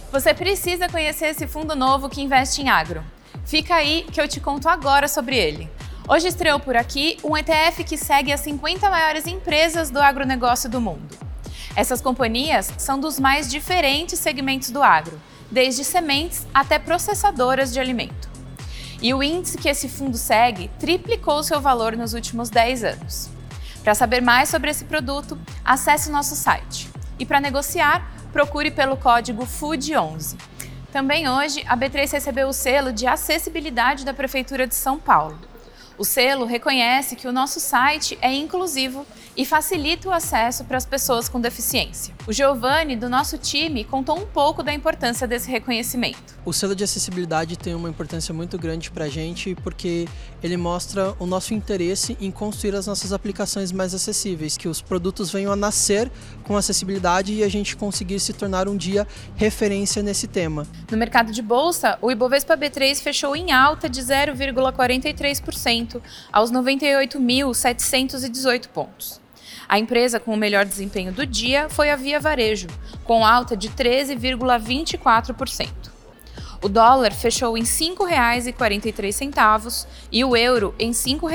Você precisa conhecer esse fundo novo que investe em agro. Fica aí que eu te conto agora sobre ele. Hoje estreou por aqui um ETF que segue as 50 maiores empresas do agronegócio do mundo. Essas companhias são dos mais diferentes segmentos do agro, desde sementes até processadoras de alimento. E o índice que esse fundo segue triplicou seu valor nos últimos 10 anos. Para saber mais sobre esse produto, acesse o nosso site. E para negociar, procure pelo código FUD11. Também hoje, a B3 recebeu o selo de acessibilidade da Prefeitura de São Paulo. O selo reconhece que o nosso site é inclusivo e facilita o acesso para as pessoas com deficiência. O Giovanni, do nosso time, contou um pouco da importância desse reconhecimento. O selo de acessibilidade tem uma importância muito grande para a gente porque ele mostra o nosso interesse em construir as nossas aplicações mais acessíveis, que os produtos venham a nascer com acessibilidade e a gente conseguir se tornar um dia referência nesse tema. No mercado de bolsa, o Ibovespa B3 fechou em alta de 0,43% aos 98.718 pontos. A empresa com o melhor desempenho do dia foi a Via Varejo, com alta de 13,24%. O dólar fechou em R$ 5,43 e o euro em R$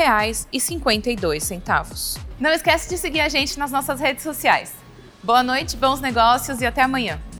5,52. Não esquece de seguir a gente nas nossas redes sociais. Boa noite, bons negócios e até amanhã!